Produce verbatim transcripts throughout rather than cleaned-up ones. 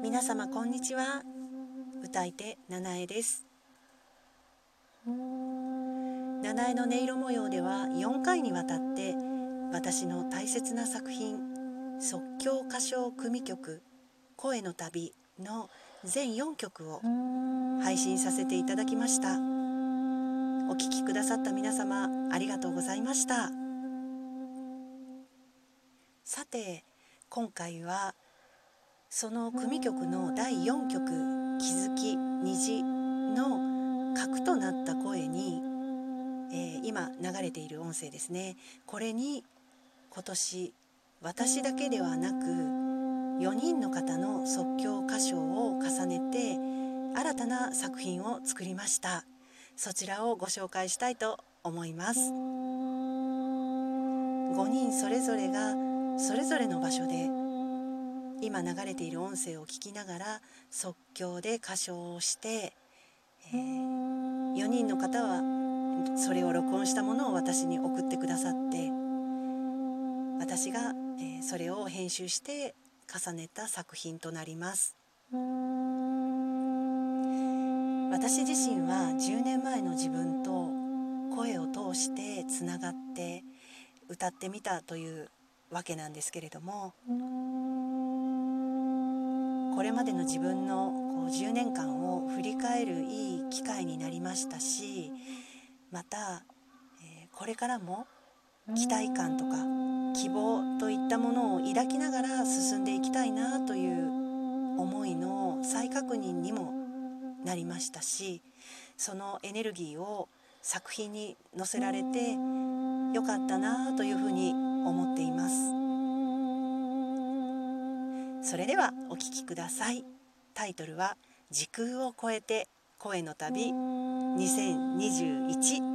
皆様こんにちは。歌い手七重です。七重の音色模様ではよんかいにわたって私の大切な作品即興歌唱組曲声の旅の全よんきょくを配信させていただきました。お聴きくださった皆様ありがとうございました。さて今回はその組曲のだいよんきょく気づき虹の核となった声に、えー、今流れている音声ですね。これに今年私だけではなくよにんの方の即興歌唱を重ねて新たな作品を作りました。そちらをご紹介したいと思います。ごにんそれぞれがそれぞれの場所で今流れている音声を聞きながら即興で歌唱をして、えー、よにんの方はそれを録音したものを私に送ってくださって私が、えー、それを編集して重ねた作品となります。私自身はじゅうねんまえの自分と声を通してつながって歌ってみたというわけなんですけれども、これまでの自分のこうじゅうねんかんを振り返るいい機会になりましたし、また、えー、これからも期待感とか希望といったものを抱きながら進んでいきたいなという思いの再確認にもなりましたし、そのエネルギーを作品に乗せられてよかったなというふうに思っています。それではお聴きください。タイトルは時空を超えて声の旅にせんにじゅういち。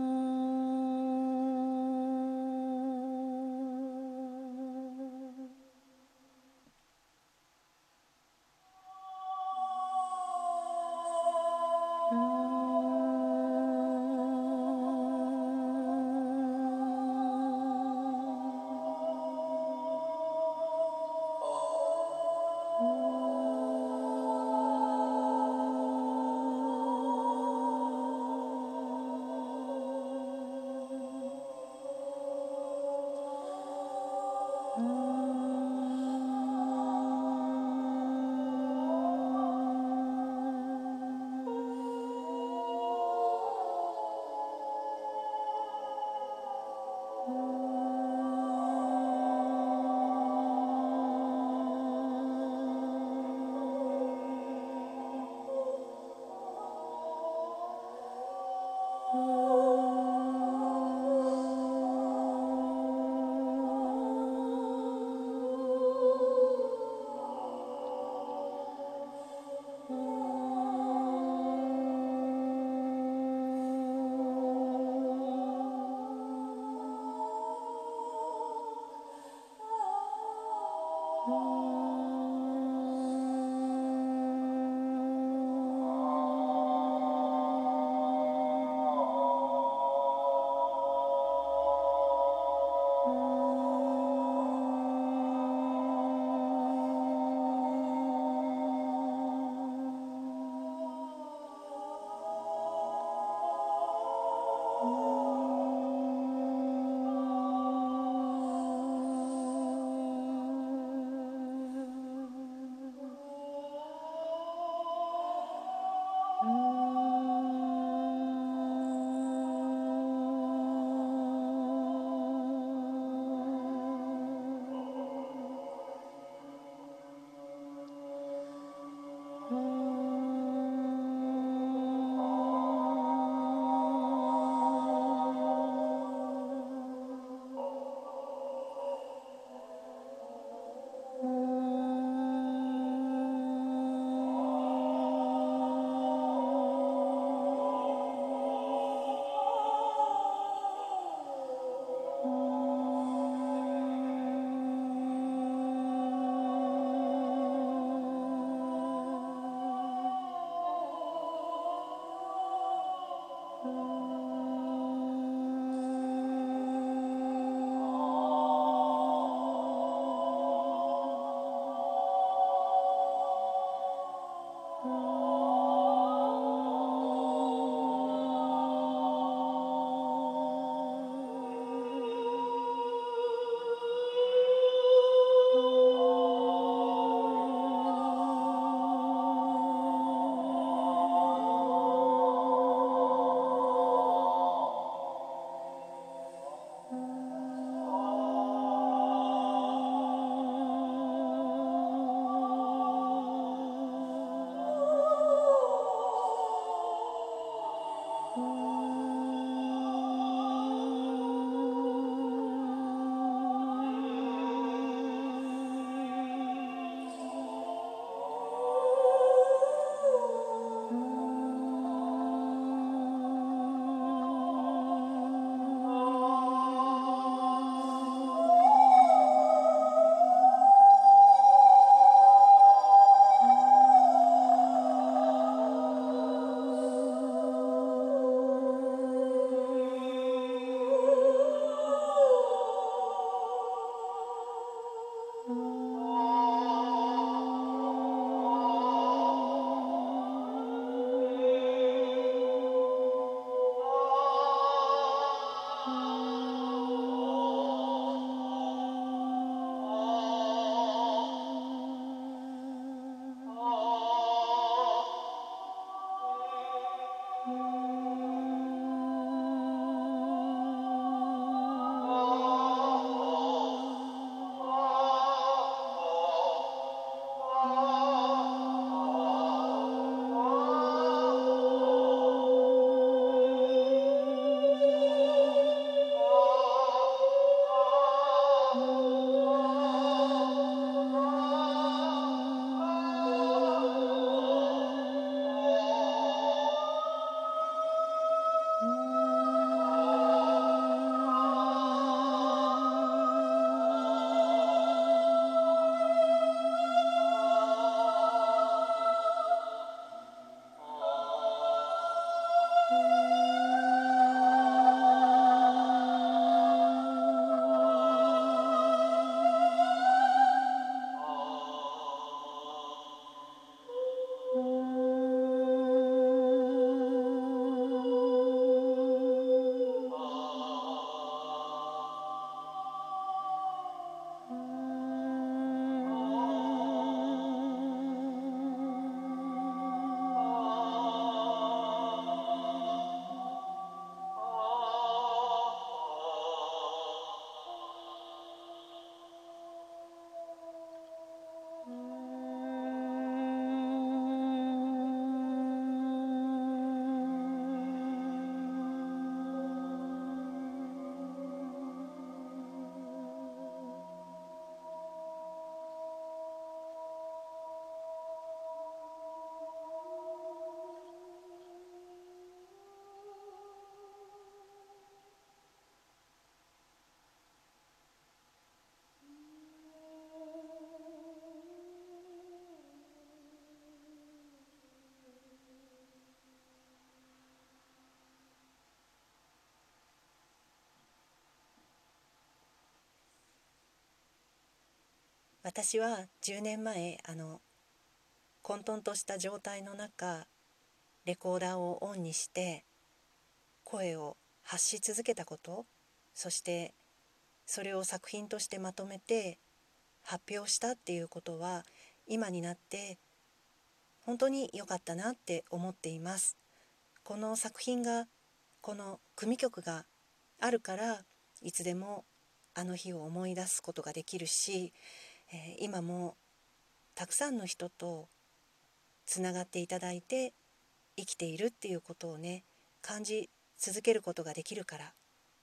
私はじゅうねんまえあの混沌とした状態の中レコーダーをオンにして声を発し続けたこと、そしてそれを作品としてまとめて発表したっていうことは今になって本当に良かったなって思っています。この作品が、この組曲があるからいつでもあの日を思い出すことができるし、えー今もたくさんの人とつながっていただいて生きているっていうことをね感じ続けることができるから、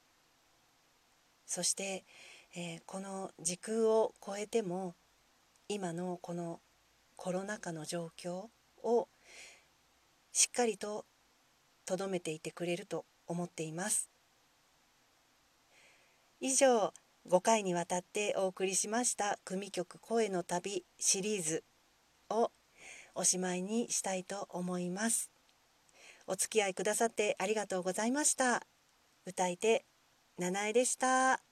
そして、えーこの時空を超えても今のこのコロナ禍の状況をしっかりと留めていてくれると思っています。以上、ごかいにわたってお送りしました組曲声の旅シリーズをおしまいにしたいと思います。お付き合いくださってありがとうございました。歌い手、七重でした。